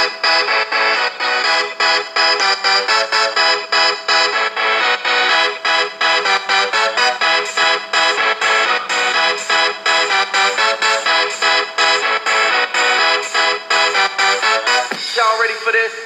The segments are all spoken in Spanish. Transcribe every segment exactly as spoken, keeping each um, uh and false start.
Y'all ready for this?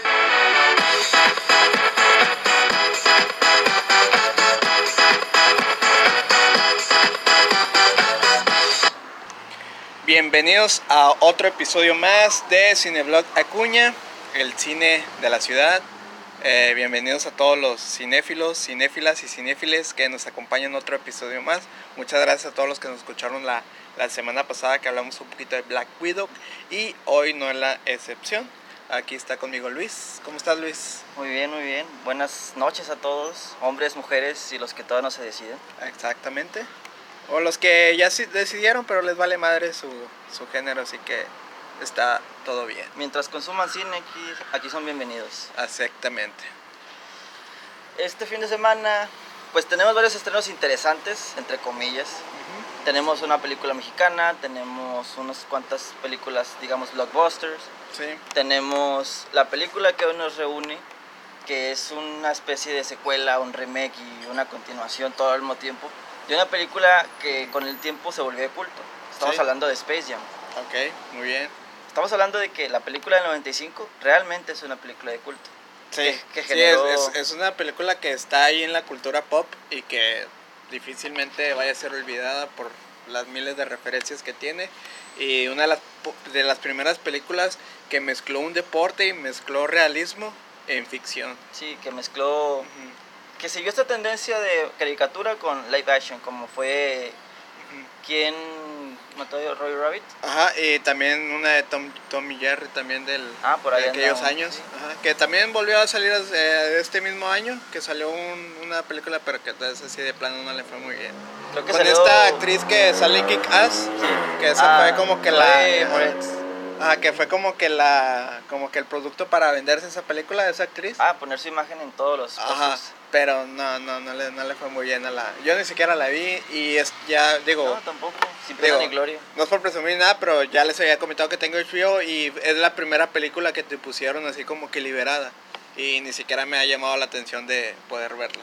Bienvenidos a otro episodio más de Cineblog Acuña, el cine de la ciudad. Eh, bienvenidos a todos los cinéfilos, cinéfilas y cinéfiles que nos acompañan en otro episodio más. Muchas gracias a todos los que nos escucharon la, la semana pasada, que hablamos un poquito de Black Widow, y hoy no es la excepción. Aquí está conmigo Luis. ¿Cómo estás, Luis? Muy bien, muy bien. Buenas noches a todos, hombres, mujeres y los que todavía no se deciden. Exactamente. O los que ya sí decidieron, pero les vale madre su, su género, así que está todo bien. Mientras consuman cine, aquí, aquí son bienvenidos. Exactamente. Este fin de semana, pues tenemos varios estrenos interesantes, entre comillas. Uh-huh. Tenemos una película mexicana, tenemos unas cuantas películas, digamos, blockbusters. Sí. Tenemos la película que hoy nos reúne, que es una especie de secuela, un remake y una continuación todo al mismo tiempo, de una película que con el tiempo se volvió de culto. Estamos Sí. hablando de Space Jam. Ok, muy bien. Estamos hablando de que la película del noventa y cinco realmente es una película de culto. Sí, que, que sí, generó... es, es, es una película que está ahí en la cultura pop y que difícilmente vaya a ser olvidada por las miles de referencias que tiene. Y una de las, de las primeras películas que mezcló un deporte y mezcló realismo en ficción. Sí, que mezcló... Uh-huh. Que siguió esta tendencia de caricatura con live action, como fue... Uh-huh. ¿Quién mató a Roy Rabbit? Ajá, y también una de Tom, Tom y Jerry también del, Ah, por ahí de aquellos andaba, años. sí. Ajá, que también volvió a salir eh, este mismo año, que salió un, una película, pero que entonces así de plano no le fue muy bien. Creo que Con salió... esta actriz que sale en Kick-Ass, que esa Ah, fue como que Chloe la... Moretz. Ah, que fue como que la como que el producto para venderse esa película de esa actriz. Ah, poner su imagen en todos los Ajá, cosas. pero no, no, no le, no le fue muy bien a la... Yo ni siquiera la vi y es, ya digo... No, tampoco, sin pena Digo, ni gloria. no es por presumir nada, pero ya les había comentado que tengo H B O y es la primera película que te pusieron así como que liberada. Y ni siquiera me ha llamado la atención de poder verla.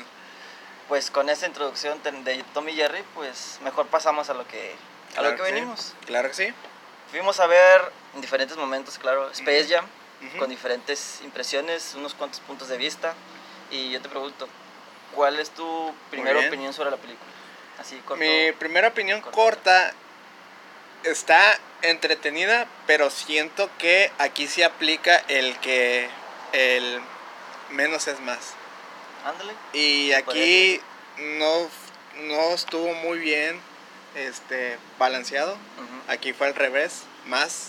Pues con esta introducción de Tom y Jerry, pues mejor pasamos a lo que, a Claro lo que sí, venimos. Claro que sí. Fuimos a ver en diferentes momentos, claro, Space Jam, Uh-huh. con diferentes impresiones, unos cuantos puntos de vista. Y yo te pregunto, ¿cuál es tu primera bien. opinión sobre la película? Así corto. Mi primera opinión corto. corta, está entretenida, pero siento que aquí sí aplica el que el menos es más. Ándale. Y aquí no, no estuvo muy bien este, balanceado. Ujú. Aquí fue al revés, más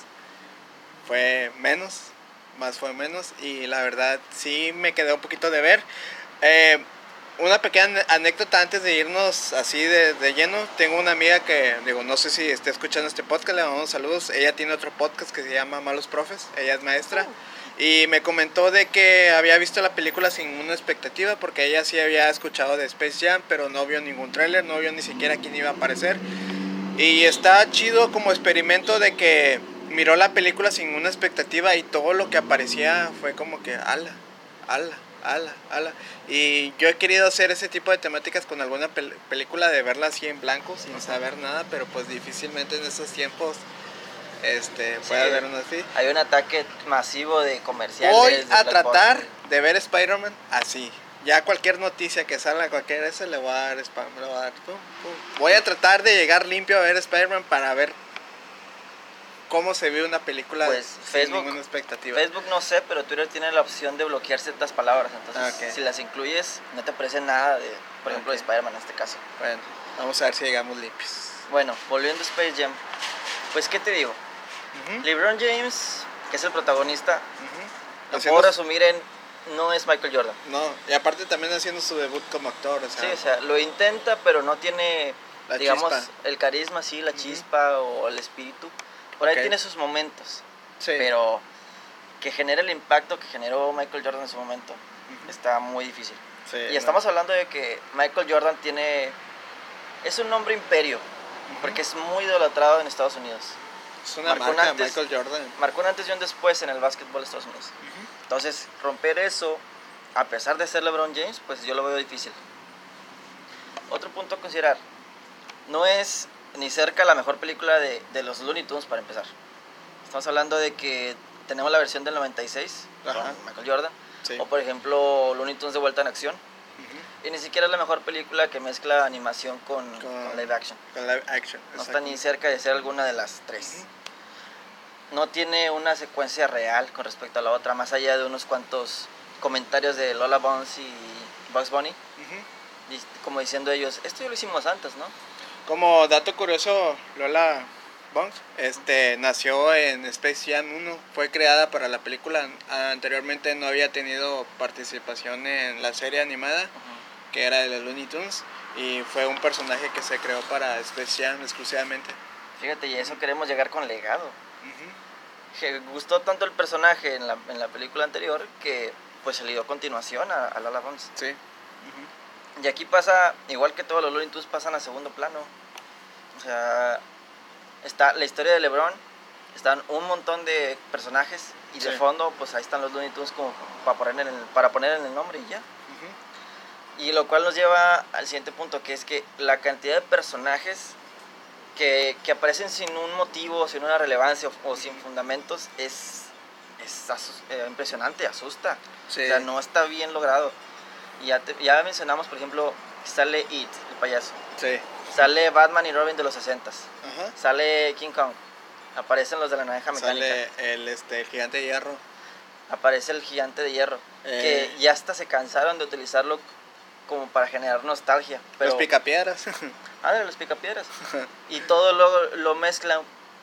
fue menos, más fue menos. Y la verdad sí me quedé un poquito de ver. Eh, una pequeña anécdota antes de irnos así de, de lleno. Tengo una amiga que, digo, no sé si está escuchando este podcast, le mandamos saludos. Ella tiene otro podcast que se llama Malos Profes, ella es maestra. Y me comentó de que había visto la película sin ninguna expectativa, porque ella sí había escuchado de Space Jam, pero no vio ningún tráiler, no vio ni siquiera quién iba a aparecer. Y está chido como experimento de que miró la película sin ninguna expectativa y todo lo que aparecía fue como que ala, ala, ala, ala. Y yo he querido hacer ese tipo de temáticas con alguna pel- película, de verla así en blanco, sin saber nada, pero pues difícilmente en estos tiempos este, puede Sí. haber uno así. Hay un ataque masivo de comerciales. Voy de a Blackboard. tratar de ver Spider-Man así. Ya cualquier noticia que salga, cualquier ese le voy a dar spam, le voy a dar pum, pum. Voy a tratar de llegar limpio a ver Spider-Man para ver cómo se ve una película Pues, sin Facebook- ninguna expectativa. Facebook no sé, pero Twitter tiene la opción de bloquear ciertas palabras. Entonces, Ah, ok. si las incluyes, no te aparece nada de, por ejemplo, Ok. de Spider-Man en este caso. Bueno, vamos a ver si llegamos limpios. Bueno, volviendo a Space Jam, pues, ¿qué te digo? Ujú, LeBron James, que es el protagonista, ujú. lo Haciendo puedo su- resumir en no es Michael Jordan. No, y aparte también haciendo su debut como actor, o sea, Sí, o sea, lo intenta, pero no tiene, La digamos, chispa. el carisma, sí, la Ujú. chispa o el espíritu. Por ahí Ok. tiene sus momentos, sí. pero que genere el impacto que generó Michael Jordan en su momento Ujú. está muy difícil. Sí, Y no. estamos hablando de que Michael Jordan tiene, es un nombre imperio, Ujú. porque es muy idolatrado en Estados Unidos. Es una marcó un marca, antes, Michael Jordan. marcó un antes y un después en el básquetbol de Estados Unidos. Uh-huh. Entonces, romper eso, a pesar de ser LeBron James, pues yo lo veo difícil. Otro punto a considerar, no es ni cerca la mejor película de, de los Looney Tunes para empezar. Estamos hablando de que tenemos la versión del noventa y seis, Ajá. con Michael Jordan, Sí. o por ejemplo Looney Tunes de vuelta en acción. Uh-huh. Y ni siquiera es la mejor película que mezcla animación con, Con, con live action. Con live action. No está ni cerca de ser alguna de las tres. Uh-huh. No tiene una secuencia real con respecto a la otra, más allá de unos cuantos comentarios de Lola Bunny y Bugs Bunny. Uh-huh. Y como diciendo ellos, esto ya lo hicimos antes, ¿no? Como dato curioso, Lola Bunny este, nació en Space Jam uno, fue creada para la película, anteriormente no había tenido participación en la serie animada, uh-huh. que era de los Looney Tunes, y fue un personaje que se creó para Space Jam exclusivamente. Fíjate, y a eso queremos llegar con legado. Uh-huh. Que gustó tanto el personaje en la, en la película anterior que pues se le dio continuación a, a Lola Bunny. Sí. Uh-huh. Y aquí pasa, igual que todos los Looney Tunes, pasan a segundo plano. O sea, está la historia de LeBron, están un montón de personajes y de sí. fondo, pues ahí están los Looney Tunes como para poner en el, para poner en el nombre y ya. Uh-huh. Y lo cual nos lleva al siguiente punto, que es que la cantidad de personajes que, que aparecen sin un motivo, sin una relevancia o, o sin fundamentos es, es asus, eh, impresionante, asusta. Sí. O sea, no está bien logrado. Y ya, te, ya mencionamos, por ejemplo, sale It, el payaso. Sí. Sale Batman y Robin de los sesentas. Ajá. Sale King Kong. Aparecen los de la naranja mecánica. Sale el, este, el gigante de hierro. Aparece el gigante de hierro. Eh. Que ya hasta se cansaron de utilizarlo como para generar nostalgia. Pero, los picapiedras. Ah, de los picapiedras. Y todo lo, lo mezclan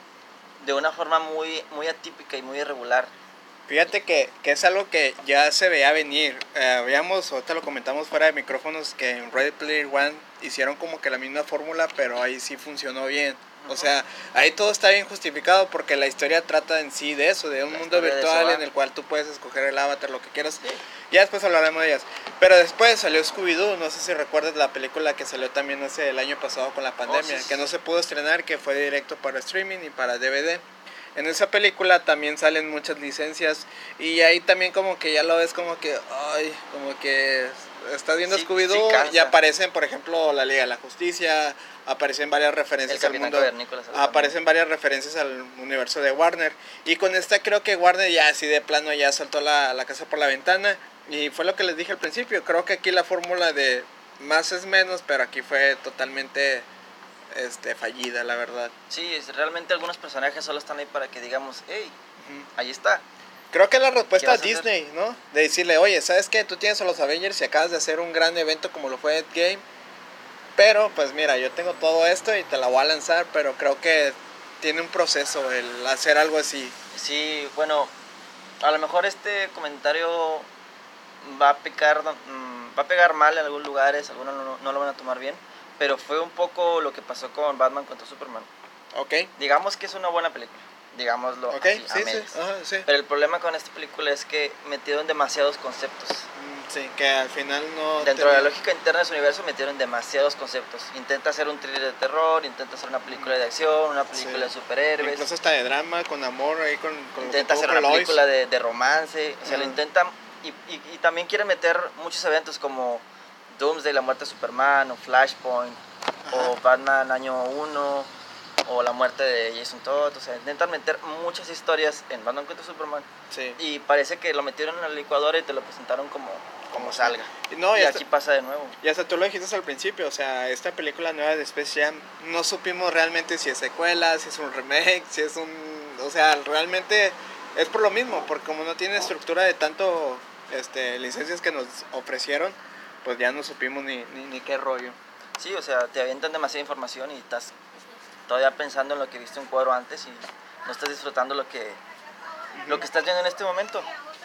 de una forma muy, muy atípica y muy irregular. Fíjate que, que es algo que ya se veía venir. Eh, veíamos, ahorita lo comentamos fuera de micrófonos, que en Ready Player One hicieron como que la misma fórmula, pero ahí sí funcionó bien. Uh-huh. O sea, ahí todo está bien justificado porque la historia trata en sí de eso, de un la mundo virtual en el cual tú puedes escoger el avatar, lo que quieras. Sí. Ya después hablaremos de ellas. Pero después salió Scooby-Doo, no sé si recuerdas la película que salió también hace el año pasado con la pandemia, oh, sí, que no se pudo estrenar, que fue directo para streaming y para D V D. En esa película también salen muchas licencias y ahí también como que ya lo ves como que, ay, como que estás viendo sí, Scooby-Doo sí y aparecen, por ejemplo, la Liga de la Justicia, aparecen varias referencias al mundo, aparecen varias referencias al universo de Warner. Y con esta creo que Warner ya así de plano ya saltó la, la casa por la ventana y fue lo que les dije al principio, creo que aquí la fórmula de más es menos, pero aquí fue totalmente... Este, fallida, la verdad. Sí, realmente algunos personajes solo están ahí para que digamos, hey, uh-huh. ahí está. Creo que la respuesta a Disney, hacer? ¿no? De decirle, oye, ¿sabes qué? Tú tienes a los Avengers y acabas de hacer un gran evento como lo fue Endgame, pero pues mira, yo tengo todo esto y te la voy a lanzar, pero creo que tiene un proceso el hacer algo así. Sí, bueno, a lo mejor este comentario va a picar, va a pegar mal en algunos lugares, algunos no, no lo van a tomar bien. Pero fue un poco lo que pasó con Batman contra Superman. Ok. Digamos que es una buena película. Digámoslo okay, así, sí, a sí. Ajá, sí. Pero el problema con esta película es que metieron demasiados conceptos. Mm, sí, que al final no... Dentro tenía... de la lógica interna de su universo metieron demasiados conceptos. Intenta hacer un thriller de terror, intenta hacer una película de acción, una película sí. de superhéroes. Incluso hasta de drama, con amor, ahí con... con intenta hacer una película de, de romance. O sea, uh-huh. lo intentan... Y, y, y también quieren meter muchos eventos como... Doomsday, la muerte de Superman, o Flashpoint, ajá. o Batman año uno, o la muerte de Jason Todd. O sea, intentan meter muchas historias en Batman contra Superman. Sí. Y parece que lo metieron en la licuadora y te lo presentaron como, como salga. No, y y aquí hasta, pasa de nuevo. Y hasta tú lo dijiste al principio, o sea, esta película nueva de Space Jam, no supimos realmente si es secuela, si es un remake, si es un... O sea, realmente es por lo mismo, porque como no tiene estructura de tanto este, licencias que nos ofrecieron, pues ya no supimos ni, ni, ni qué rollo. Sí, o sea, te avientan demasiada información y estás todavía pensando en lo que viste un cuadro antes y no estás disfrutando lo que, uh-huh. lo que estás viendo en este momento.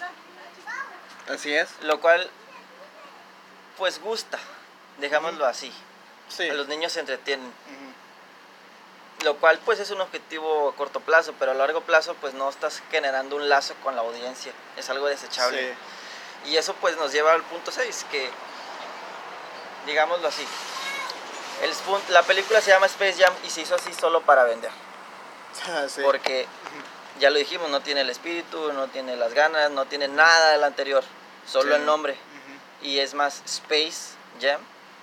Así es. Lo cual, pues gusta, digámoslo uh-huh. así. Sí. A los niños se entretienen. Uh-huh. Lo cual, pues es un objetivo a corto plazo, pero a largo plazo, pues no estás generando un lazo con la audiencia. Es algo desechable. Sí. Y eso, pues, nos lleva al punto seis, que... digámoslo así, el, la película se llama Space Jam y se hizo así solo para vender. Ah, sí. Porque, ya lo dijimos, no tiene el espíritu, no tiene las ganas, no tiene nada del anterior, solo Sí. el nombre. Uh-huh. Y es más, Space Jam,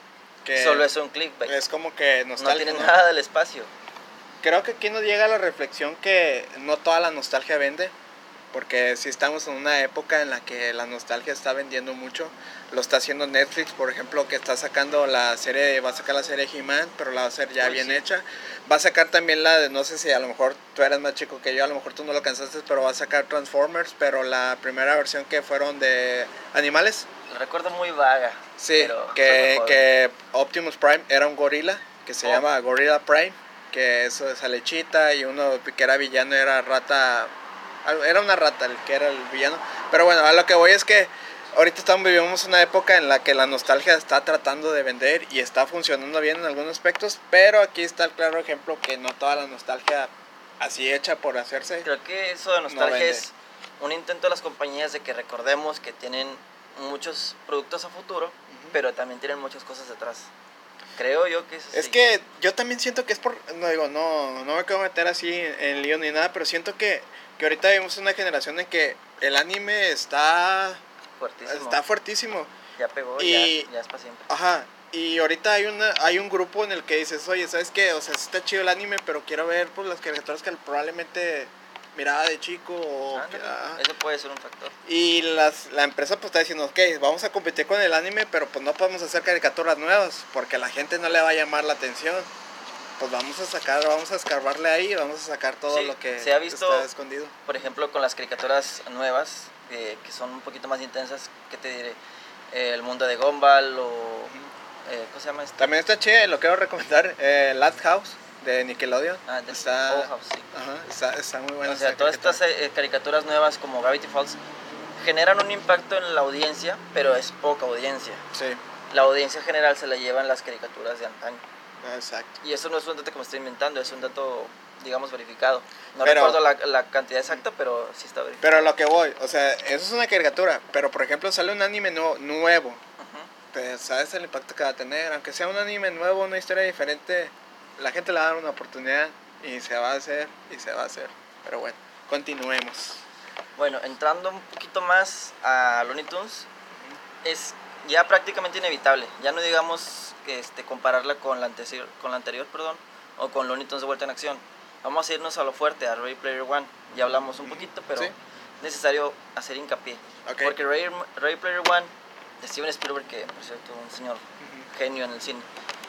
Que solo es un clickbait. es como que No nostalgia, tiene ¿no? nada del espacio. Creo que aquí nos llega la reflexión que no toda la nostalgia vende, porque si estamos en una época en la que la nostalgia está vendiendo mucho. Lo está haciendo Netflix, por ejemplo, que está sacando la serie, va a sacar la serie He-Man, pero la va a hacer ya Uy, bien sí. hecha. Va a sacar también la de, no sé si a lo mejor tú eras más chico que yo, a lo mejor tú no lo alcanzaste, pero va a sacar Transformers, pero la primera versión que fueron de animales. La recuerdo muy vaga. Sí, pero que, soy muy que Optimus Prime era un gorila, que se Oh. llama Gorilla Prime, que eso es lechita, y uno que era villano era rata, era una rata el que era el villano. Pero bueno, a lo que voy es que ahorita estamos vivimos una época en la que la nostalgia está tratando de vender y está funcionando bien en algunos aspectos, pero aquí está el claro ejemplo que no toda la nostalgia así hecha por hacerse. Creo que eso de nostalgia no vende. es un intento de las compañías de que recordemos que tienen muchos productos a futuro, uh-huh. pero también tienen muchas cosas detrás. Creo yo que es así. Es que yo también siento que es por, no digo, no, no me quiero meter así en, en lío ni nada, pero siento que, que ahorita vivimos una generación en que el anime está fuertísimo. Está fuertísimo. Ya pegó, y, ya, ya es para siempre. Ajá. Y ahorita hay una hay un grupo en el que dices, oye, ¿sabes qué? O sea, está chido el anime, pero quiero ver pues, las caricaturas que probablemente miraba de chico. O ah, que, no, ah. Eso puede ser un factor. Y las, la empresa pues está diciendo, ok, vamos a competir con el anime, pero pues no podemos hacer caricaturas nuevas, porque a la gente no le va a llamar la atención. Pues vamos a sacar, vamos a escarbarle ahí, vamos a sacar todo sí, lo que se ha visto, está escondido. Por ejemplo, con las caricaturas nuevas, eh, que son un poquito más intensas, ¿qué te diré? Eh, el mundo de Gumball o... Uh-huh. Eh, ¿Cómo se llama esto? También está chido, lo quiero recomendar, eh, Last House de Nickelodeon. Ah, de está, Old House, sí. Ajá, está, está muy buena. O sea, todas estas eh, caricaturas nuevas como Gravity Falls generan un impacto en la audiencia, pero es poca audiencia. Sí. La audiencia general se la llevan las caricaturas de antaño. Exacto. Y eso no es un dato que me estoy inventando, es un dato, digamos, verificado. No pero, recuerdo la, la cantidad exacta, pero sí está verificado. Pero lo que voy, o sea, eso es una caricatura, pero por ejemplo sale un anime no, nuevo. Uh-huh. Pues sabes el impacto que va a tener, aunque sea un anime nuevo, una historia diferente, la gente le va a dar una oportunidad y se va a hacer, y se va a hacer. Pero bueno, continuemos. Bueno, entrando un poquito más a Looney Tunes, uh-huh. es ya prácticamente inevitable, ya no digamos que este, compararla con la, antecir, con la anterior, perdón, o con Looney Tunes de vuelta en acción. Vamos a irnos a lo fuerte, a Ready Player One. Ya hablamos un poquito, pero ¿sí? es necesario hacer hincapié. Okay. Porque Ready, Ready Player One, de Steven Spielberg, que por cierto un señor uh-huh. genio en el cine,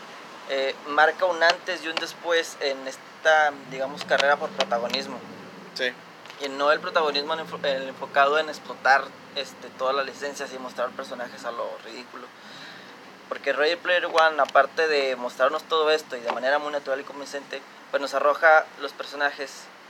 eh, marca un antes y un después en esta, digamos, carrera por protagonismo. Sí. Y no el protagonismo el enfocado en explotar este, todas las licencias y mostrar personajes a lo ridículo. Porque Ready Player One, aparte de mostrarnos todo esto y de manera muy natural y convincente, pues nos arroja los personajes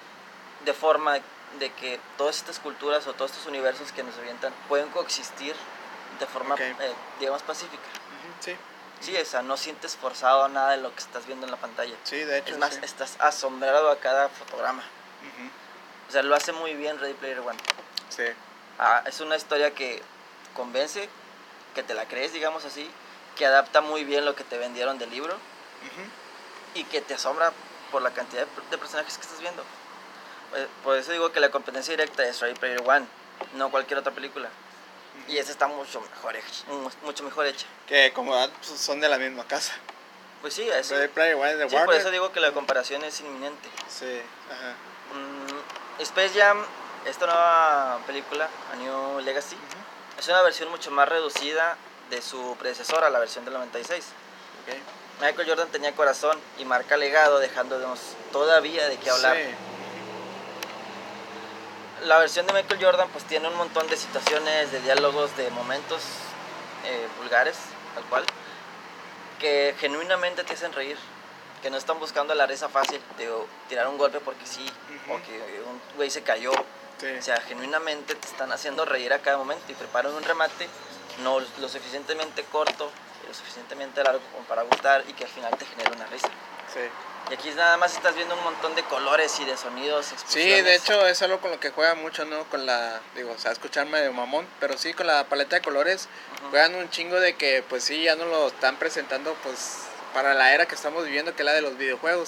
de forma de que todas estas culturas o todos estos universos que nos avientan pueden coexistir de forma, okay. eh, digamos, pacífica. Uh-huh, sí. Sí, o sea, no sientes forzado nada de lo que estás viendo en la pantalla. Sí, de hecho. Es más, sí. estás asombrado a cada fotograma. Uh-huh. O sea, lo hace muy bien Ready Player One. Sí. Ah, es una historia que convence, que te la crees, digamos así, que adapta muy bien lo que te vendieron del libro uh-huh. y que te asombra por la cantidad de personajes que estás viendo. Por eso digo que la competencia directa es Ready Player One, no cualquier otra película. Uh-huh. Y esa está mucho mejor hecha, mucho mejor hecha. Que como son de la misma casa. Pues sí, eso. Ready Player One de sí, Warner. Por eso digo que la comparación es inminente. Sí, ajá. Mm, Space Jam, esta nueva película, A New Legacy, uh-huh. es una versión mucho más reducida de su predecesora, la versión del noventa y seis. Okay. Michael Jordan tenía corazón y marca legado, dejándonos todavía de qué hablar. Sí. La versión de Michael Jordan pues tiene un montón de situaciones, de diálogos, de momentos eh, vulgares, tal cual, que genuinamente te hacen reír, que no están buscando la risa fácil de tirar un golpe porque sí, uh-huh. o que un güey se cayó. Sí. O sea, genuinamente te están haciendo reír a cada momento y preparan un remate no lo suficientemente corto y lo suficientemente largo como para gustar y que al final te genere una risa. Sí. Y aquí nada más estás viendo un montón de colores y de sonidos, explosiones. Sí, de hecho es algo con lo que juega mucho, ¿no? Con la, digo, o sea, escucharme de mamón, pero sí con la paleta de colores uh-huh. juegan un chingo de que, pues sí, ya no lo están presentando, pues, para la era que estamos viviendo, que es la de los videojuegos.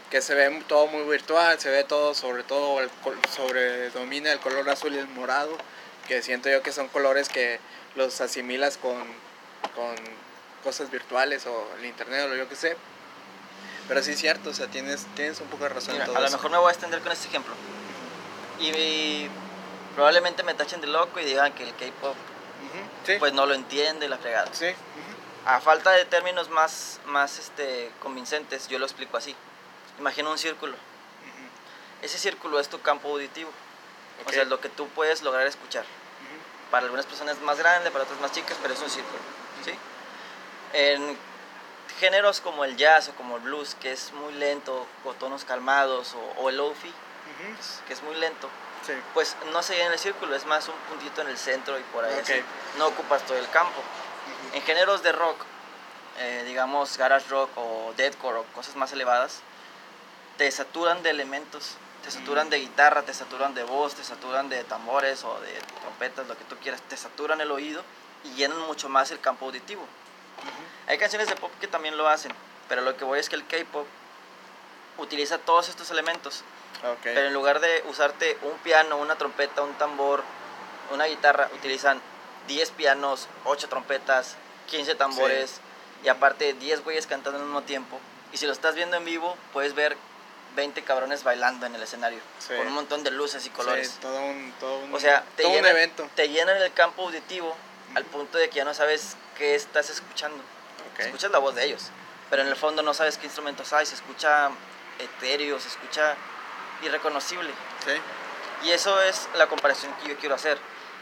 que se ve todo muy virtual, se ve todo, sobre todo, el, sobre domina el color azul y el morado, que siento yo que son colores que los asimilas con, con cosas virtuales o el internet o lo yo que sé. Pero sí es cierto, o sea, tienes, tienes un poco de razón. Mira, en todo a lo eso. mejor me voy a extender con este ejemplo. Y, y probablemente me tachen de loco y digan que el K-pop uh-huh, sí. pues no lo entiende y la fregada. Sí. Uh-huh. A falta de términos más, más este, convincentes, yo lo explico así. Imagina un círculo. Uh-huh. Ese círculo es tu campo auditivo. Okay. O sea, lo que tú puedes lograr escuchar. Uh-huh. Para algunas personas es más grande, para otras más chicas, pero es un círculo. Uh-huh. ¿Sí? En géneros como el jazz o como el blues, que es muy lento, con tonos calmados, o, o el lo-fi, uh-huh. pues, que es muy lento, sí. Pues no se llena el círculo, es más un puntito en el centro y por ahí okay. Así, no ocupas todo el campo. Uh-huh. En géneros de rock, eh, digamos garage rock o deathcore o cosas más elevadas, te saturan de elementos, te saturan uh-huh. de guitarra, te saturan de voz, te saturan de tambores o de trompetas, lo que tú quieras, te saturan el oído y llenan mucho más el campo auditivo. Uh-huh. Hay canciones de pop que también lo hacen, pero lo que voy es que el K-pop utiliza todos estos elementos, okay. Pero en lugar de usarte un piano, una trompeta, un tambor, una guitarra, utilizan diez pianos, ocho trompetas, quince tambores, sí. Y aparte diez güeyes cantando al mismo tiempo. Y si lo estás viendo en vivo, puedes ver veinte cabrones bailando en el escenario, sí. Con un montón de luces y colores. Sí, todo un, todo un, o sea, te todo llenan, un evento. Te llenan el campo auditivo uh-huh. Al punto de que ya no sabes qué estás escuchando. Okay. Escuchas la voz de ellos, pero en el fondo no sabes qué instrumentos hay, se escucha etéreo, se escucha irreconocible. Sí. Y eso es la comparación que yo quiero hacer.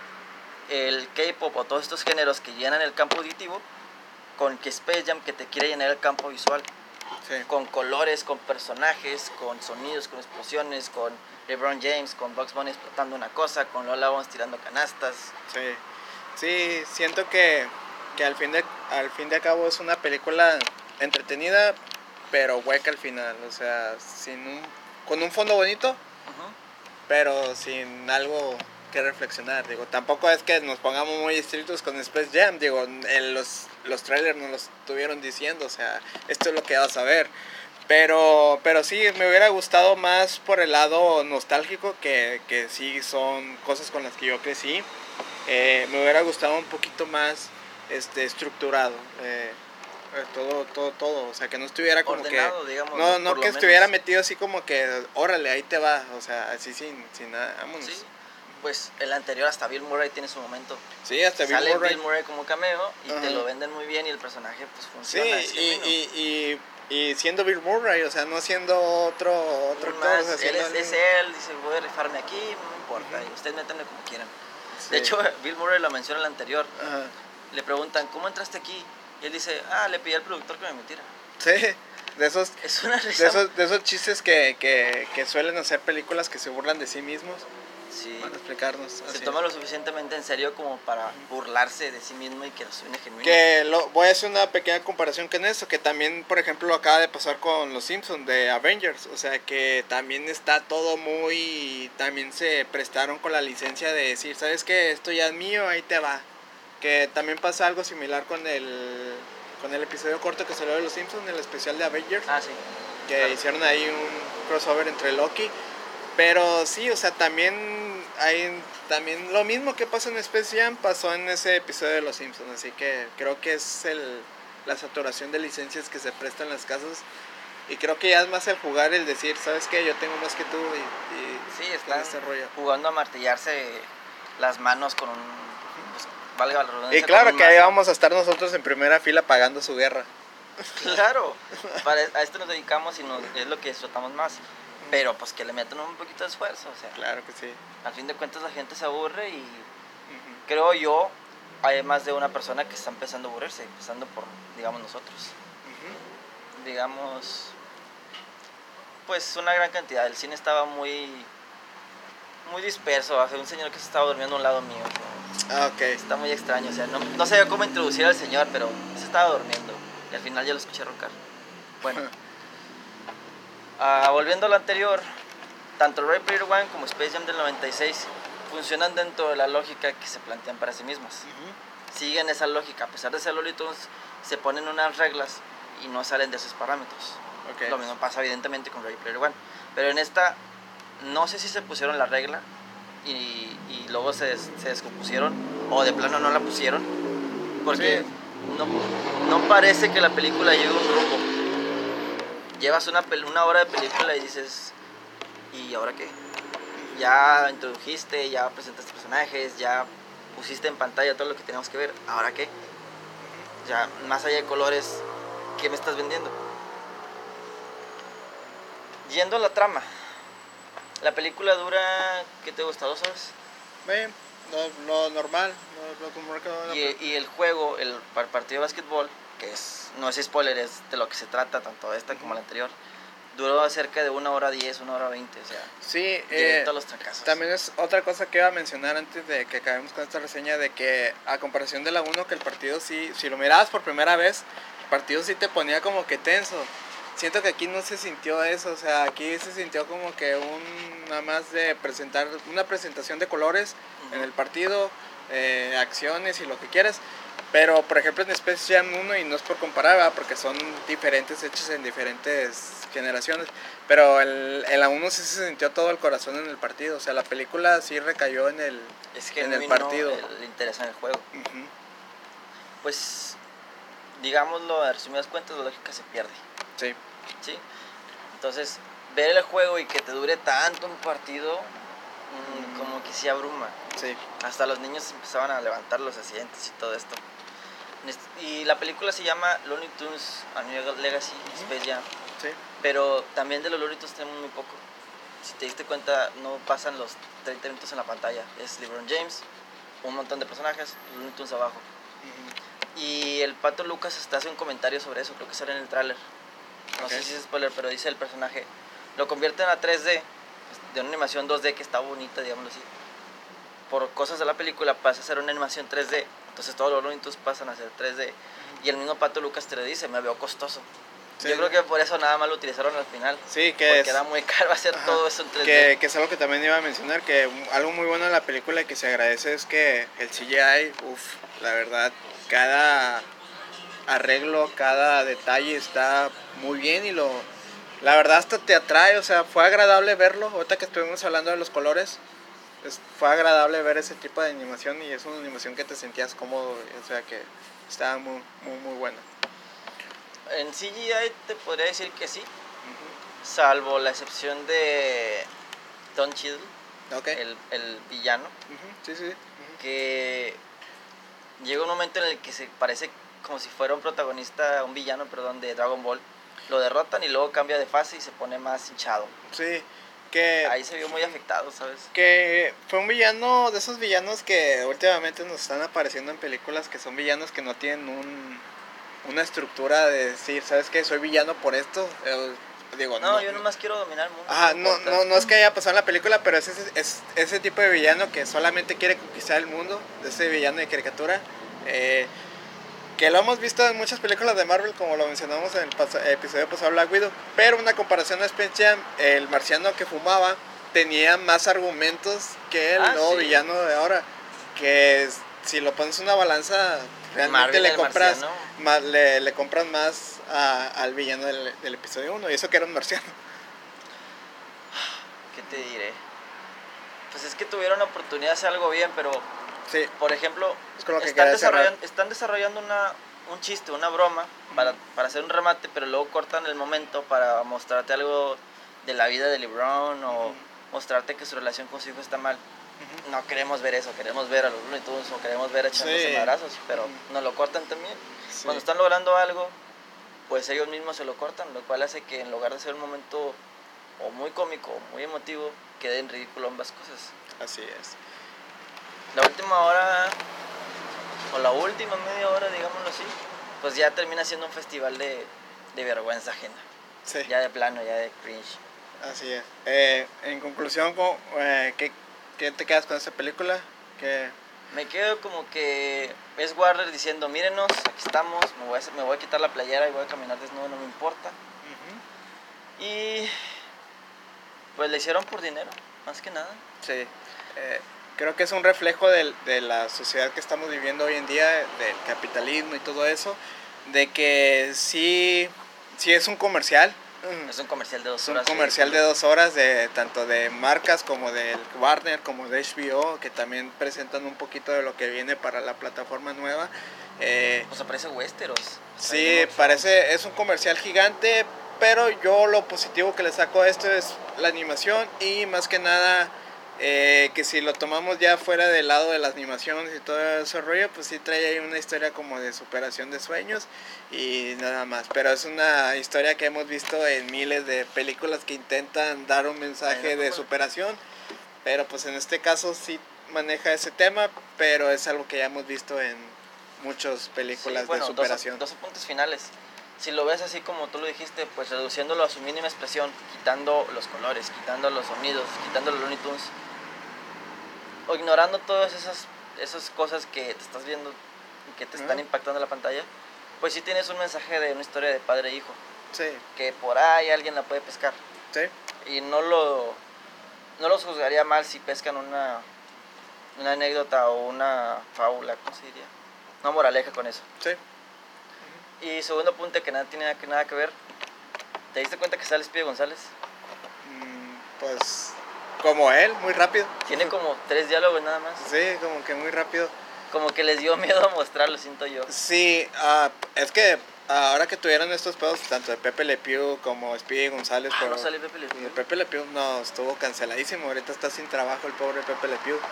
El K-pop o todos estos géneros que llenan el campo auditivo con que Space Jam que te quiere llenar el campo visual. Sí. Con colores, con personajes, con sonidos, con explosiones, con LeBron James, con Bugs Bunny explotando una cosa, con Lola Bonz tirando canastas. Sí, sí, siento que, que al fin de al fin de cabo es una película entretenida, pero hueca al final, o sea, sin un, con un fondo bonito, uh-huh. Pero sin algo que reflexionar. Digo, tampoco es que nos pongamos muy estrictos con Space Jam, digo, en los, los trailers nos lo estuvieron diciendo, o sea, esto es lo que vas a ver. Pero, pero sí, me hubiera gustado más por el lado nostálgico, que, que sí son cosas con las que yo crecí. Eh, me hubiera gustado un poquito más este, estructurado, eh, todo, todo, todo, o sea, que no estuviera como ordenado, que, digamos, no, no que estuviera metido así como que, órale, ahí te va, o sea, así sin, sin nada, vámonos. Sí, pues el anterior hasta Bill Murray tiene su momento. Sí, hasta Bill Sale Murray. Bill Murray como cameo y uh-huh. Te lo venden muy bien y el personaje pues funciona. Sí, y, y, y, y siendo Bill Murray, o sea, no siendo otro, otro actor. Más, o sea, él es, es él, dice, voy a rifarme aquí, no importa, uh-huh. Y ustedes métanme como quieran. Sí. De hecho, Bill Murray lo menciona en el anterior. Uh-huh. Le preguntan, ¿cómo entraste aquí? Y él dice, ah, le pedí al productor que me metiera. Sí, de esos, es una risa. de esos, de esos chistes que, que, que suelen hacer películas que se burlan de sí mismos. Sí. Para explicarnos. Se toma lo suficientemente en serio como para burlarse de sí mismo y que suene genuino. Que lo, voy a hacer una pequeña comparación con eso, que también, por ejemplo, lo acaba de pasar con los Simpsons de Avengers. O sea, que también está todo muy... También se prestaron con la licencia de decir, ¿sabes qué? Esto ya es mío, ahí te va. Que también pasa algo similar con el con el episodio corto que salió de los Simpsons, el especial de Avengers. Ah, sí. Que claro. Hicieron ahí un crossover entre Loki. Pero sí, o sea, también hay también lo mismo que pasa en Space Jam pasó en ese episodio de los Simpsons. Así que creo que es el la saturación de licencias que se prestan en las casas. Y creo que ya es más el jugar, el decir, ¿sabes qué? Yo tengo más que tú. Y, y sí, están este jugando a martillarse las manos con un... Valga la redundancia. Y claro que ahí vamos a estar nosotros en primera fila pagando su guerra. Claro, para, a esto nos dedicamos y nos, es lo que disfrutamos más. Pero pues que le metan un poquito de esfuerzo, o sea. Claro que sí. Al fin de cuentas la gente se aburre y uh-huh. Creo yo, hay más de una persona que está empezando a aburrirse, empezando por, digamos, nosotros. Uh-huh. Digamos, pues una gran cantidad. El cine estaba muy, muy disperso. Había un señor que se estaba durmiendo a un lado mío. Ah, ok. Está muy extraño, o sea, no, no sabía cómo introducir al señor, pero se estaba durmiendo. Y al final ya lo escuché roncar. Bueno. Uh, volviendo a lo anterior, tanto Ready Player One como Space Jam del noventa y seis funcionan dentro de la lógica que se plantean para sí mismas. Uh-huh. Siguen esa lógica, a pesar de ser Looney Tunes, se ponen unas reglas y no salen de esos parámetros. Okay. Lo mismo pasa evidentemente con Ready Player One. Pero en esta, no sé si se pusieron la regla y, y luego se, se descompusieron o de plano no la pusieron. Porque sí. no, no parece que la película lleve un rumbo. Llevas una, una hora de película y dices, ¿y ahora qué? Ya introdujiste, ya presentaste personajes, ya pusiste en pantalla todo lo que tenemos que ver, ¿ahora qué? Ya, más allá de colores, ¿qué me estás vendiendo? Yendo a la trama, la película dura, ¿qué te gusta? ¿Dos horas? Bien, lo, lo normal. Lo, lo normal que y, y el juego, el partido de básquetbol, que es, no es spoiler, es de lo que se trata, tanto esta uh-huh. como la anterior, duró cerca de una hora diez, una hora veinte, o sea, sí, directo eh, a los trancazos. También es otra cosa que iba a mencionar antes de que acabemos con esta reseña, de que a comparación de la uno, que el partido sí, si lo mirabas por primera vez, el partido sí te ponía como que tenso. Siento que aquí no se sintió eso, o sea, aquí se sintió como que un, nada más de presentar, una presentación de colores uh-huh. en el partido, eh, acciones y lo que quieras. Pero, por ejemplo, en Space Jam uno, y no es por comparar, ¿verdad? Porque son diferentes, hechos en diferentes generaciones, pero el, en la uno sí se sintió todo el corazón en el partido, o sea, la película sí recayó en el, es que en el partido. El, el interés en el juego. Uh-huh. Pues, digámoslo, a resumidas cuentas, la lógica se pierde. Sí. ¿Sí? Entonces, ver el juego y que te dure tanto un partido, mmm, como que sí abruma. Sí. Hasta los niños empezaban a levantar los asientos y todo esto. Y la película se llama Looney Tunes A New Legacy, uh-huh. Space Jam. Sí. Pero también de los Looney Tunes tenemos muy poco. Si te diste cuenta, no pasan los treinta minutos en la pantalla. Es LeBron James, un montón de personajes, los Looney Tunes abajo. Uh-huh. Y el Pato Lucas hasta hace un comentario sobre eso, creo que sale en el tráiler. No okay. sé si es spoiler, pero dice el personaje, lo convierten a tres D, de una animación dos D que está bonita, digámoslo así. Por cosas de la película pasa a ser una animación tres D, entonces todos los Looney Tunes pasan a ser tres D. Uh-huh. Y el mismo Pato Lucas te lo dice, me veo costoso. Sí. Yo creo que por eso nada más lo utilizaron al final. Sí, que porque es, era muy caro hacer ajá, todo eso en tres D. Que, que es algo que también iba a mencionar, que algo muy bueno de la película y que se agradece es que el C G I, uff, la verdad, cada arreglo, cada detalle está muy bien y lo, la verdad hasta te atrae, o sea, fue agradable verlo. Ahorita que estuvimos hablando de los colores, es, fue agradable ver ese tipo de animación y es una animación que te sentías cómodo, o sea que estaba muy, muy, muy buena. En C G I te podría decir que sí, uh-huh. salvo la excepción de Don Cheadle, okay. el, el villano, uh-huh. sí, sí. Uh-huh. que llega un momento en el que se parece como si fuera un protagonista, un villano, perdón, de Dragon Ball. Lo derrotan y luego cambia de fase y se pone más hinchado. Sí, que... Ahí se vio muy afectado, ¿sabes? Que fue un villano, de esos villanos que últimamente nos están apareciendo en películas, que son villanos que no tienen un, una estructura de decir, ¿sabes qué? Soy villano por esto. Eh, digo, no, no, yo nomás quiero dominar el mundo. Ajá, no, no, no, no es que haya pasado en la película, pero es ese, es ese tipo de villano que solamente quiere conquistar el mundo, ese villano de caricatura. Eh... que lo hemos visto en muchas películas de Marvel, como lo mencionamos en el pas- episodio pasado Black Widow, pero una comparación a Space Jam, el marciano que fumaba tenía más argumentos que el ah, nuevo sí. villano de ahora, que es, si lo pones en una balanza, realmente le compras, más, le, le compras más a, al villano del, del episodio uno, y eso que era un marciano. ¿Qué te diré? Pues es que tuvieron la oportunidad de hacer algo bien, pero... Sí. Por ejemplo, es lo que están, desarrollando, están desarrollando una, un chiste, una broma uh-huh. para, para hacer un remate, pero luego cortan el momento para mostrarte algo de la vida de LeBron o uh-huh. mostrarte que su relación con su hijo está mal. Uh-huh. No queremos ver eso, queremos ver a los Looney Tunes o queremos ver echándose sí. madrazos, pero uh-huh. nos lo cortan también. Sí. Cuando están logrando algo, pues ellos mismos se lo cortan, lo cual hace que en lugar de ser un momento o muy cómico o muy emotivo, quede en ridículo ambas cosas. Así es. La última hora, o la última media hora, digámoslo así, pues ya termina siendo un festival de, de vergüenza ajena. Sí. Ya de plano, ya de cringe. Así es. Eh, en conclusión, eh, ¿qué, ¿qué te quedas con esta película? ¿Qué? Me quedo como que es Warner diciendo, mírenos, aquí estamos, me voy, a, me voy a quitar la playera y voy a caminar desnudo, no me importa. Uh-huh. Y pues le hicieron por dinero, más que nada. Sí. Eh, Creo que es un reflejo de, de la sociedad que estamos viviendo hoy en día, del capitalismo y todo eso, de que sí, sí es un comercial, Uh-huh. Es un comercial de dos es horas. un comercial de dos horas de tanto de marcas como del Warner como de H B O, que también presentan un poquito de lo que viene para la plataforma nueva. Eh, pues aparece Westeros. Sí, parece, es un comercial gigante, pero yo lo positivo que le saco a esto es la animación y más que nada eh, que si lo tomamos ya fuera del lado de las animaciones y todo ese rollo, pues sí trae ahí una historia como de superación de sueños y nada más. Pero es una historia que hemos visto en miles de películas que intentan dar un mensaje de superación, pero pues en este caso sí maneja ese tema, pero es algo que ya hemos visto en muchas películas sí, bueno, de superación. doce puntos finales. Si lo ves así como tú lo dijiste, pues reduciéndolo a su mínima expresión, quitando los colores, quitando los sonidos, quitando los Looney Tunes, o ignorando todas esas, esas cosas que te estás viendo y que te están uh-huh. impactando la pantalla, pues sí tienes un mensaje de una historia de padre e hijo. Sí. Que por ahí alguien la puede pescar. Sí. Y no lo no los juzgaría mal si pescan una, una anécdota o una fábula, ¿cómo se diría? Una moraleja con eso. Sí. Uh-huh. Y segundo punto que nada tiene que, nada que ver. ¿Te diste cuenta que sale Speedy González? Mm, pues como él, muy rápido. Tiene como tres diálogos nada más. Sí, como que muy rápido. Como que les dio miedo a mostrarlo, siento yo. Sí, uh, es que ahora que tuvieron estos pedos, tanto de Pepe Le Pew como Speedy González. Ah, pero no sale Pepe Le Pew. Pepe Le Pew no, estuvo canceladísimo, ahorita está sin trabajo el pobre Pepe Le Pew.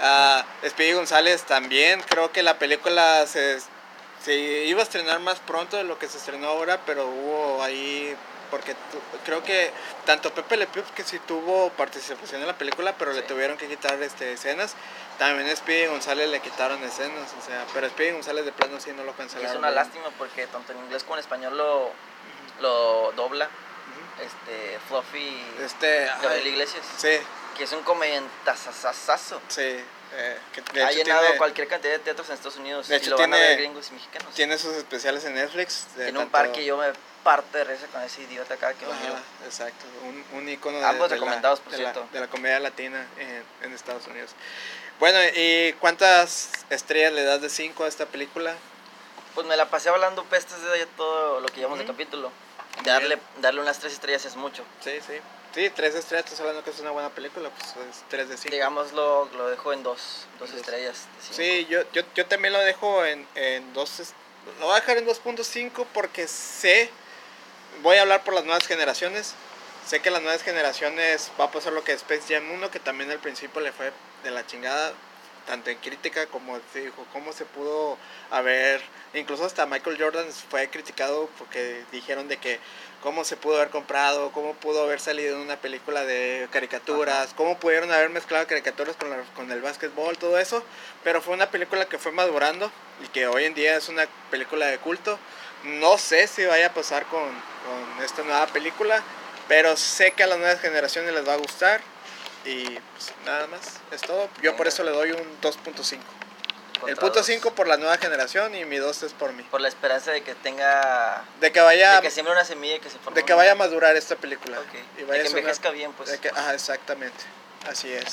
Uh, Speedy González también, creo que la película se, se iba a estrenar más pronto de lo que se estrenó ahora, pero hubo ahí, porque tu, creo que tanto Pepe Le Pew que sí tuvo participación en la película, pero sí. le tuvieron que quitar este, escenas. También a Speedy González le quitaron escenas, o sea, pero Speedy González de plano sí no lo cancelaron. Es una lástima porque tanto en inglés como en español lo, uh-huh. lo dobla uh-huh. este Fluffy este, Gabriel Iglesias. Sí. Que es un comediantazazazo. Sí. Eh, que de ha llenado tiene, cualquier cantidad de teatros en Estados Unidos de hecho, y lo tiene, van a ver gringos y mexicanos. Tiene sus especiales en Netflix. De tiene tanto... un par que yo me parto de risa con ese idiota cada que lo miro. Exacto, un, un icono Ambos de, recomendados, de, la, por de, cierto. La, de la comedia latina en, en Estados Unidos. Bueno, ¿y cuántas estrellas le das de cinco a esta película? Pues me la pasé hablando pestes de todo lo que llevamos uh-huh. de capítulo. Darle, darle unas tres estrellas es mucho. Sí, sí. Sí, tres estrellas, estás hablando que es una buena película, pues es tres de cinco. Digámoslo, lo dejo en dos, dos estrellas de cinco. Sí, yo, yo, yo también lo dejo en, en dos, lo voy a dejar en dos punto cinco porque sé, voy a hablar por las nuevas generaciones, sé que las nuevas generaciones va a pasar lo que Space Jam uno, que también al principio le fue de la chingada, tanto en crítica como se dijo, cómo se pudo haber, incluso hasta Michael Jordan fue criticado porque dijeron de que cómo se pudo haber comprado, cómo pudo haber salido en una película de caricaturas, Ajá. cómo pudieron haber mezclado caricaturas con, la, con el básquetbol, todo eso, pero fue una película que fue madurando y que hoy en día es una película de culto. No sé si vaya a pasar con, con esta nueva película, pero sé que a las nuevas generaciones les va a gustar y pues, nada más, es todo. Yo Venga. Por eso le doy un dos punto cinco. El punto cinco por la nueva generación y mi dos es por mí. Por la esperanza de que tenga... De que vaya... De que siembre una semilla y que se forme De que vaya a madurar esta película. Okay. Y vaya de que envejezca una, bien, pues. De que, ajá, exactamente. Así es.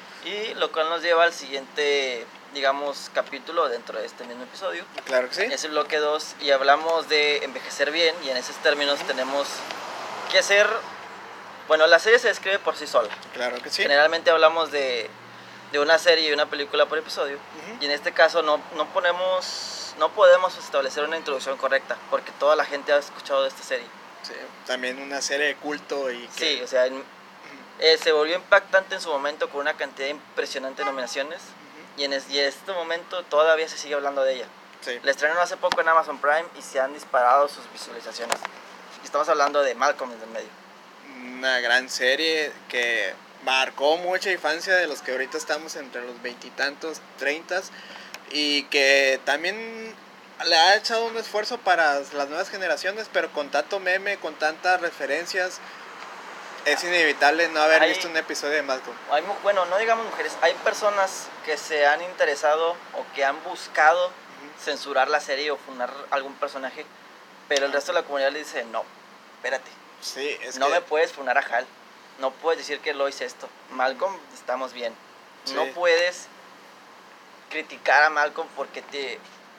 Y lo cual nos lleva al siguiente, digamos, capítulo dentro de este mismo episodio. Claro que sí. Es el bloque dos y hablamos de envejecer bien y en esos términos uh-huh. tenemos que hacer... Bueno, la serie se describe por sí sola. Claro que sí. Generalmente hablamos de... de una serie y una película por episodio uh-huh. y en este caso no, no ponemos no podemos establecer una introducción correcta porque toda la gente ha escuchado de esta serie. Sí, también una serie de culto y que... Sí, o sea, uh-huh. eh, se volvió impactante en su momento con una cantidad impresionante de nominaciones uh-huh. y, en es, y en este momento todavía se sigue hablando de ella. Sí. La estrenaron hace poco en Amazon Prime y se han disparado sus visualizaciones. Y estamos hablando de Malcolm en el medio. Una gran serie que marcó mucha infancia de los que ahorita estamos entre los veintitantos, treintas, y que también le ha echado un esfuerzo para las nuevas generaciones, pero con tanto meme, con tantas referencias, es inevitable no haber hay, visto un episodio de Malcolm. Hay, bueno, no digamos mujeres, hay personas que se han interesado o que han buscado uh-huh. censurar la serie o funar algún personaje, pero el resto de la comunidad le dice, no, espérate, sí, es no que... me puedes funar a Hal. No puedes decir que Lois esto. Malcolm, estamos bien. Sí. No puedes criticar a Malcolm porque te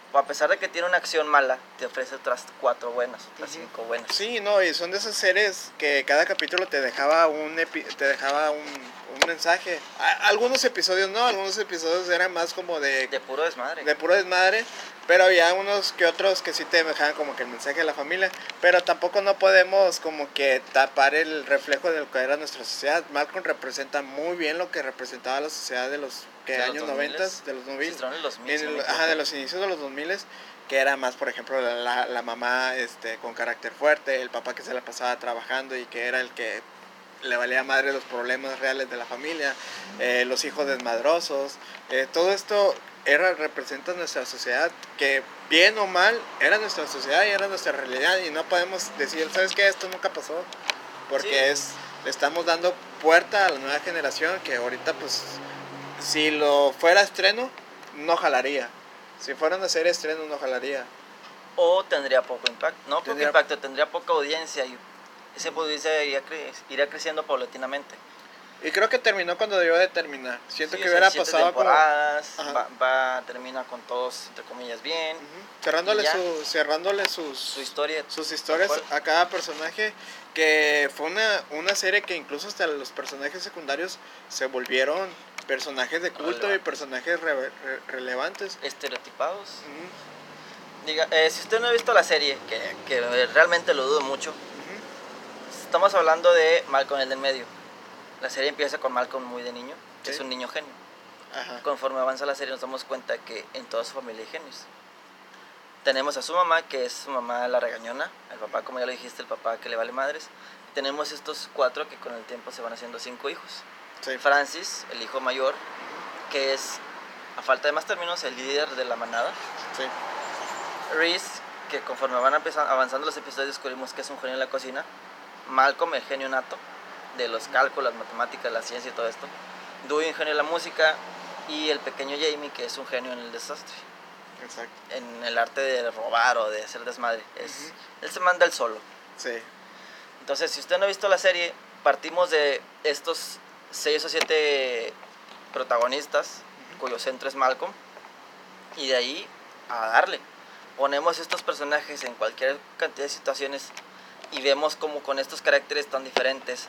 a pesar de que tiene una acción mala, te ofrece otras cuatro buenas, otras uh-huh. cinco buenas. Sí, no, y son de esas series que cada capítulo te dejaba un epi- te dejaba un, un mensaje. A- algunos episodios no, algunos episodios eran más como de... De puro desmadre. De puro desmadre, pero había unos que otros que sí te dejaban como que el mensaje de la familia, pero tampoco no podemos como que tapar el reflejo de lo que era nuestra sociedad. Malcolm representa muy bien lo que representaba la sociedad de los que de años los noventa, de los dos mil, sí, en los mil, en el, ajá, de los inicios de los dos mil, que era más, por ejemplo, la, la, la mamá este, con carácter fuerte, el papá que se la pasaba trabajando y que era el que le valía madre los problemas reales de la familia, eh, los hijos desmadrosos, eh, todo esto era, representa nuestra sociedad, que bien o mal era nuestra sociedad y era nuestra realidad, y no podemos decir, ¿sabes qué? Esto nunca pasó, porque sí. es, le estamos dando puerta a la nueva generación, que ahorita pues, si lo fuera estreno, no jalaría, si fuera una serie estreno, no jalaría. O tendría poco impacto, no poco tendría... impacto, tendría poca audiencia y ese audiencia iría, cre- iría creciendo paulatinamente. Y creo que terminó cuando debió de terminar. Siento sí, que o sea, hubiera siete pasado temporadas, como... va, va, termina con todos, entre comillas, bien. Uh-huh. Cerrándole, su, cerrándole sus, su historia, sus historias a cada personaje, que fue una, una serie que incluso hasta los personajes secundarios se volvieron personajes de culto relevantes. Y personajes re, re, relevantes. Estereotipados. Uh-huh. Diga, eh, si usted no ha visto la serie, que, que realmente lo dudo mucho, uh-huh. estamos hablando de Malcolm el del medio. La serie empieza con Malcolm muy de niño, que ¿sí? es un niño genio. Ajá. Conforme avanza la serie nos damos cuenta que en toda su familia hay genios. Tenemos a su mamá, que es su mamá la regañona, el papá, como ya lo dijiste, el papá que le vale madres. Tenemos estos cuatro que con el tiempo se van haciendo cinco hijos. Sí. Francis, el hijo mayor, que es, a falta de más términos, el líder de la manada. Sí. Reese, que conforme van avanzando los episodios descubrimos que es un genio en la cocina. Malcolm, el genio nato de los cálculos, las matemáticas, la ciencia y todo esto. Dewey, un genio en la música, y el pequeño Jamie, que es un genio en el desastre. Exacto. En el arte de robar o de hacer desmadre. Es, uh-huh. Él se manda él solo. Sí. Entonces, si usted no ha visto la serie, partimos de estos seis o siete protagonistas, uh-huh. cuyo centro es Malcolm, y de ahí a darle. Ponemos estos personajes en cualquier cantidad de situaciones y vemos cómo con estos caracteres tan diferentes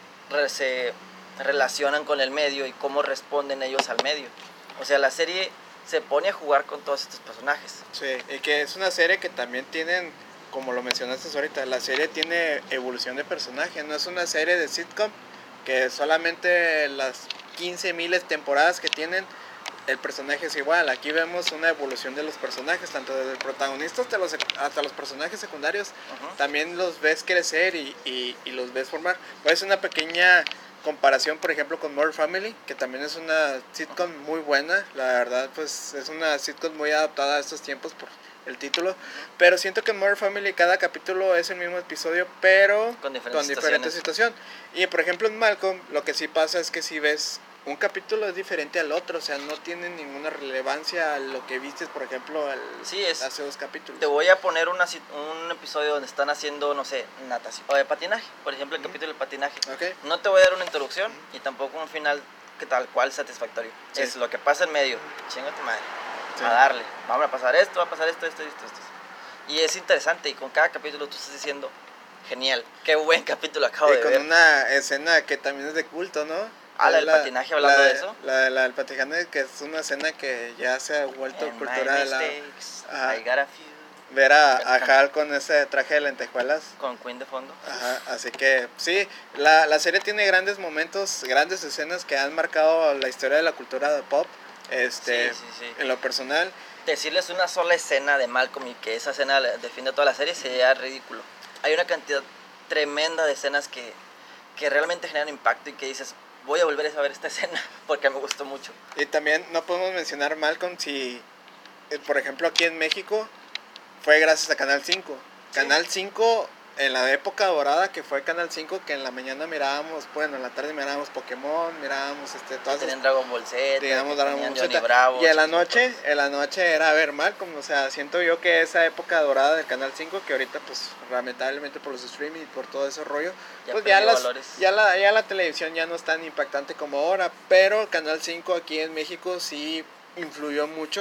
se relacionan con el medio y cómo responden ellos al medio. O sea, la serie se pone a jugar con todos estos personajes. Sí, y que es una serie que también tienen, como lo mencionaste ahorita, la serie tiene evolución de personaje, no es una serie de sitcom que solamente las quince miles temporadas que tienen el personaje es igual. Aquí vemos una evolución de los personajes, tanto desde el protagonista hasta los, hasta los personajes secundarios. Uh-huh. También los ves crecer y, y, y los ves formar. Pues una pequeña comparación, por ejemplo, con Modern Family, que también es una sitcom muy buena. La verdad, pues es una sitcom muy adaptada a estos tiempos por el título. Uh-huh. Pero siento que en Modern Family cada capítulo es el mismo episodio, pero con diferentes, con diferente situación. Y por ejemplo en Malcolm, lo que sí pasa es que si ves un capítulo es diferente al otro, o sea, no tiene ninguna relevancia a lo que viste, por ejemplo, al, sí, es, hace dos capítulos. Te voy a poner una, un episodio donde están haciendo, no sé, natación o de patinaje, por ejemplo, el uh-huh. capítulo de patinaje. Okay. No te voy a dar una introducción uh-huh. y tampoco un final que tal cual satisfactorio. Sí. Es lo que pasa en medio, chinga tu madre, sí. a darle, vamos a pasar esto, va a pasar esto, esto, esto, esto. Y es interesante y con cada capítulo tú estás diciendo, genial, qué buen capítulo acabo y de ver. ver. Y con una escena que también es de culto, ¿no? Ah, la del patinaje, hablando la, de eso. La, la del patinaje, que es una escena que ya se ha vuelto And cultural. My mistakes, I got a few. Ver a, a Hal con ese traje de lentejuelas. Con Queen de fondo. Ajá, así que sí, la, la serie tiene grandes momentos, grandes escenas que han marcado la historia de la cultura de pop. Este, sí, sí, sí. En lo personal. Decirles una sola escena de Malcolm y que esa escena defiende toda la serie sería ridículo. Hay una cantidad tremenda de escenas que, que realmente generan impacto y que dices, voy a volver a ver esta escena porque me gustó mucho. Y también no podemos mencionar Malcolm si, por ejemplo, aquí en México fue gracias a Canal cinco. Sí. Canal cinco, en la época dorada que fue Canal cinco, que en la mañana mirábamos, bueno, en la tarde mirábamos Pokémon, mirábamos este, todas tenían Dragon Ball Z, teníamos Dragon Ball Z, Bravo, y en la noche, en la noche era ver Malcolm, o sea, siento yo que esa época dorada del Canal cinco, que ahorita pues lamentablemente por los streaming y por todo ese rollo, ya pues ya, las, valores. ya, la, ya la televisión ya no es tan impactante como ahora, pero Canal cinco aquí en México sí influyó mucho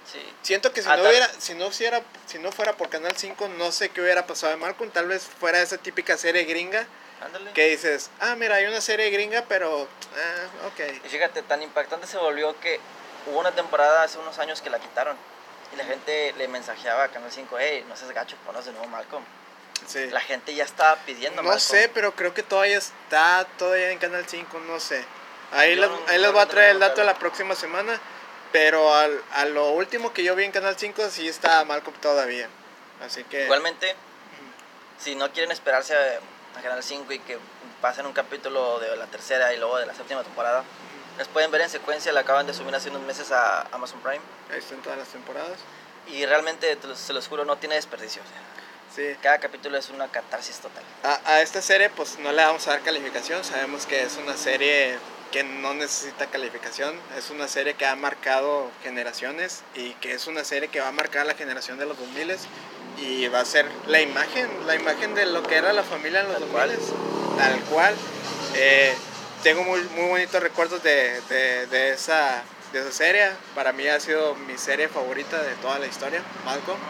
Sí. Siento que si Ah, no tal- hubiera, si no hubiera, si no fuera por Canal cinco, no sé qué hubiera pasado de Malcolm. Tal vez fuera esa típica serie gringa Ándale. que dices, ah, mira, hay una serie gringa, pero, ah, ok. Y fíjate, tan impactante se volvió que hubo una temporada hace unos años que la quitaron. Y la gente le mensajeaba a Canal cinco, hey, no seas gacho, ponos de nuevo Malcolm. Sí. La gente ya estaba pidiendo No Malcolm. sé, pero creo que todavía está todavía en Canal cinco, no sé. Ahí Yo les, no- ahí les yo voy a no traer el tengo dato claro. la próxima semana. Pero al, a lo último que yo vi en Canal cinco sí está Malcolm todavía. Así que... Igualmente, si no quieren esperarse a, a Canal cinco y que pasen un capítulo de la tercera y luego de la séptima temporada, las pueden ver en secuencia, la acaban de subir hace unos meses a Amazon Prime. Ahí están todas las temporadas. Y realmente, te los- se los juro, no tiene desperdicio. O sea, Sí. cada capítulo es una catarsis total. A, a esta serie pues no le vamos a dar calificación. Sabemos que es una serie que no necesita calificación. Es una serie que ha marcado generaciones y que es una serie que va a marcar la generación de los dos mil y va a ser la imagen, la imagen de lo que era la familia en los Tal dos cual. mil. Tal cual. Eh, tengo muy, muy bonitos recuerdos de, de, de, esa, de esa serie. Para mí ha sido mi serie favorita de toda la historia, Malcolm.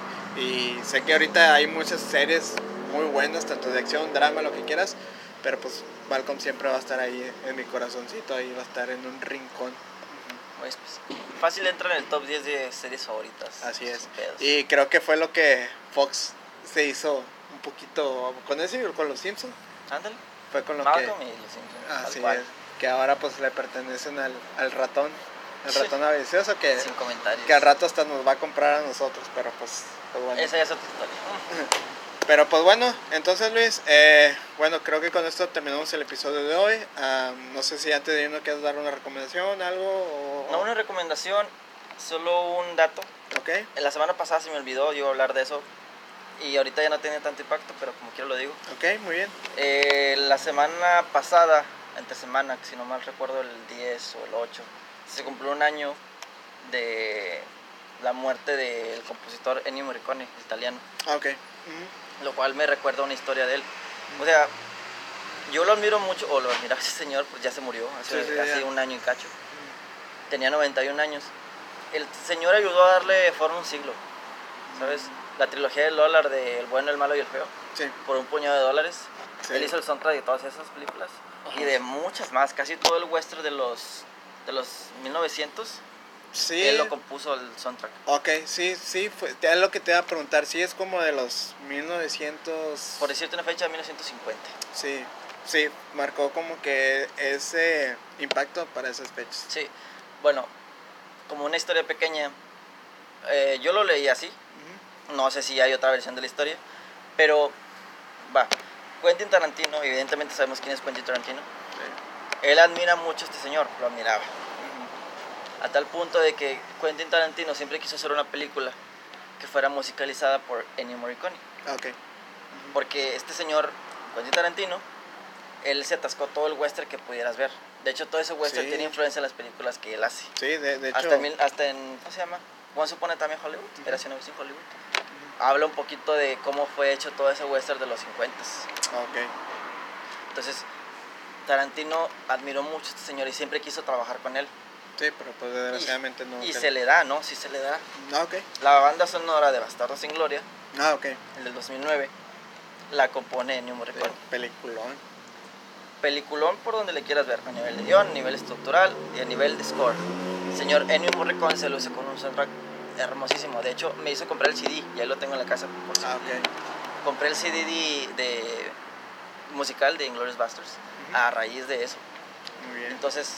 Y sé que ahorita hay muchas series muy buenas, tanto de acción, drama, lo que quieras, pero pues Malcolm siempre va a estar ahí en mi corazoncito, ahí va a estar en un rincón. Pues, pues, fácil entra en el top diez de series favoritas. Así es. Sin pedos. Y creo que fue lo que Fox se hizo un poquito con eso y con los Simpsons. Ándale. Fue con lo Malcolm que... y los Simpsons, tal Así cual. es. Que ahora pues le pertenecen al, al ratón, al ratón avaricioso que, Sin comentarios. que al rato hasta nos va a comprar a nosotros, pero pues, pues bueno. Esa ya es otra historia. Pero pues bueno, entonces Luis, eh, bueno, creo que con esto terminamos el episodio de hoy. Um, no sé si antes de irnos quieres dar una recomendación, algo o... No una recomendación, solo un dato. Ok, En la semana pasada se me olvidó yo hablar de eso y ahorita ya no tiene tanto impacto, pero como quiero lo digo. ok, muy bien. Eh, la semana pasada, entre semana, si no mal recuerdo el diez o el ocho, se cumplió un año de la muerte del compositor Ennio Morricone, italiano, Ah, ok. Ujú. lo cual me recuerda una historia de él. O sea, yo lo admiro mucho, o lo admiraba ese señor, pues ya se murió hace Sí, sí, casi ya. un año y cacho. Tenía noventa y un años. El señor ayudó a darle forma a un siglo, ¿sabes? La trilogía del dólar de El bueno, el malo y el feo, Sí. por un puñado de dólares. Sí. Él hizo el soundtrack de todas esas películas. Ajá. Y de muchas más, casi todo el western de los, de los mil novecientos, Sí. él lo compuso el soundtrack. Ok, sí, sí, fue, es lo que te iba a preguntar, sí es como de los mil novecientos... Por decirte una fecha de mil novecientos cincuenta. Sí, sí, marcó como que ese impacto para esas fechas. Sí, bueno, como una historia pequeña, eh, yo lo leí así, Ujú. no sé si hay otra versión de la historia, pero va, Quentin Tarantino, evidentemente sabemos quién es Quentin Tarantino, Sí. él admira mucho a este señor, lo admiraba, Ujú. a tal punto de que Quentin Tarantino siempre quiso hacer una película que fuera musicalizada por Ennio Morricone, Ah, ok. porque este señor, Quentin Tarantino, él se atascó todo el western que pudieras ver. De hecho, todo ese western Sí. tiene influencia en las películas que él hace. Sí, de, de hecho... Hasta en, mil- hasta en, ¿cómo se llama? Once Upon a Time in Hollywood, Ujú. Operación Algo Así en Hollywood. Habla un poquito de cómo fue hecho todo ese western de los cincuenta. Ah, ok. Entonces, Tarantino admiró mucho a este señor y siempre quiso trabajar con él. Sí, pero pues desgraciadamente no... Y te- se le da, ¿no? Sí se le da. Ah, ok. La banda sonora de Bastardo sin Gloria, Ah, ok. el del dos mil nueve, la compone Ennio Morricone. Peliculón. Peliculón por donde le quieras ver, a nivel de guión, a nivel estructural y a nivel de score. El señor Ennio Morricone se luce con un soundtrack hermosísimo. De hecho, me hizo comprar el C D y ahí lo tengo en la casa. Por si. Ah, ok. Compré el C D de, de musical de Inglourious Basterds a raíz de eso. Muy bien. Entonces,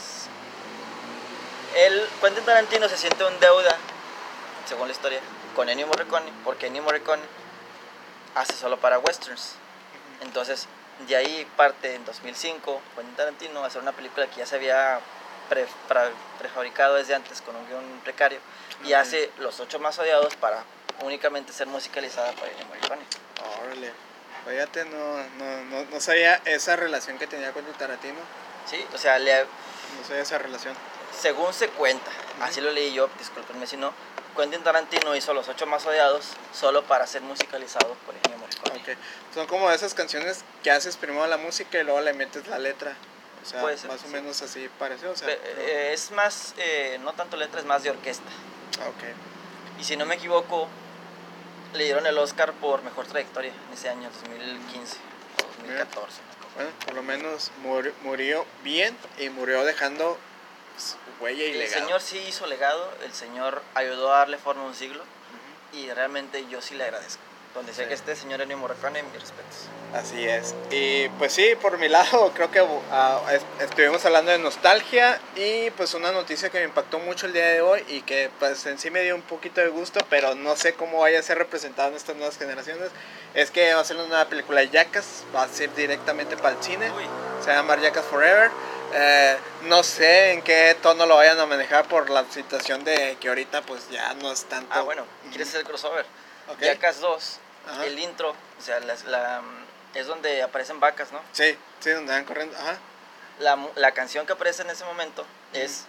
el Quentin Tarantino se siente en deuda, según la historia, con Ennio Morricone, porque Ennio Morricone hace solo para westerns. Entonces, de ahí parte en dos mil cinco Quentin Tarantino a hacer una película que ya se había pre, pre, prefabricado desde antes con un guión precario y Ok. hace Los Ocho Más Odiados para únicamente ser musicalizada por Ennio Morricone. Órale. Fíjate, no, no, no, no sabía esa relación que tenía con el Tarantino. ¿Sí? O sea, le, No sabía esa relación. según se cuenta, Ujú. así lo leí yo, discúlpenme si no, Quentin Tarantino hizo Los Ocho Más Odiados solo para ser musicalizado por Ennio Morricone. Ok. Son como esas canciones que haces primero la música y luego le metes la letra. O sea, Puede ser, más o sí. menos así pareció. O sea, Pe- pero- eh, es más, eh, no tanto letra, es más de orquesta. Ok. Y si no me equivoco, le dieron el Oscar por mejor trayectoria en ese año, dos mil quince o dos mil catorce. Bueno, por lo menos murió, murió bien y murió dejando su huella y El legado. señor sí hizo legado, el señor ayudó a darle forma a un siglo, uh-huh. Y realmente yo sí le agradezco. Donde sea sí. que esté, señor Ennio Morricone, mis respetos. Así es. Y pues sí, por mi lado, creo que uh, estuvimos hablando de nostalgia y pues una noticia que me impactó mucho el día de hoy y que pues en sí me dio un poquito de gusto, pero no sé cómo vaya a ser representado en estas nuevas generaciones, es que va a ser una nueva película de Jackass, va a ser directamente para el cine. Uy. Se va a llamar Jackass Forever. Eh, no sé en qué tono lo vayan a manejar por la situación de que ahorita pues ya no es tanto... Ah, bueno, ¿quieres hacer el crossover? Okay. Jackass dos, ajá. El intro, o sea, la, la, es donde aparecen vacas, ¿no? Sí, sí, donde van corriendo, ajá. La, la canción que aparece en ese momento uh-huh. es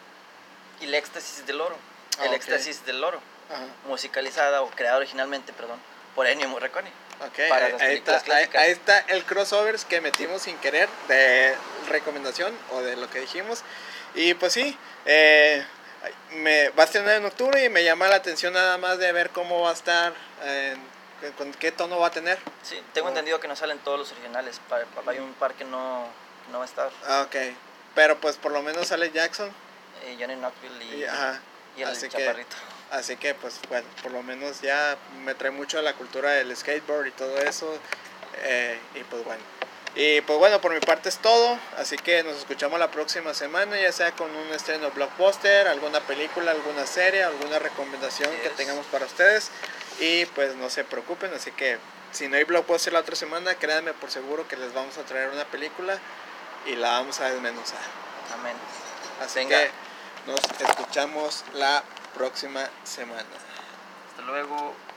El éxtasis del loro, ah, El éxtasis okay. del loro, ajá. Musicalizada o creada originalmente, perdón, por Ennio Morricone. Okay. Para ahí, las ahí, está, ahí, ahí está el crossover que metimos sin querer de recomendación o de lo que dijimos. Y pues sí, eh, me, va a estrenar en octubre y me llama la atención nada más de ver cómo va a estar, eh, con qué tono va a tener. Sí, tengo oh. entendido que no salen todos los originales, hay un par que no, no va a estar. Ah, ok, pero pues por lo menos sale Jackson. Eh, Johnny Knoxville y, y, ajá. y el así chaparrito. Que, así que pues bueno, por lo menos ya me trae mucho a la cultura del skateboard y todo eso. Eh, y pues bueno. Y pues bueno, por mi parte es todo, así que nos escuchamos la próxima semana, ya sea con un estreno blockbuster, alguna película, alguna serie, alguna recomendación yes. que tengamos para ustedes. Y pues no se preocupen, así que si no hay blockbuster la otra semana, créanme por seguro que les vamos a traer una película y la vamos a desmenuzar. Amén. Así Venga. que nos escuchamos la próxima semana. Hasta luego.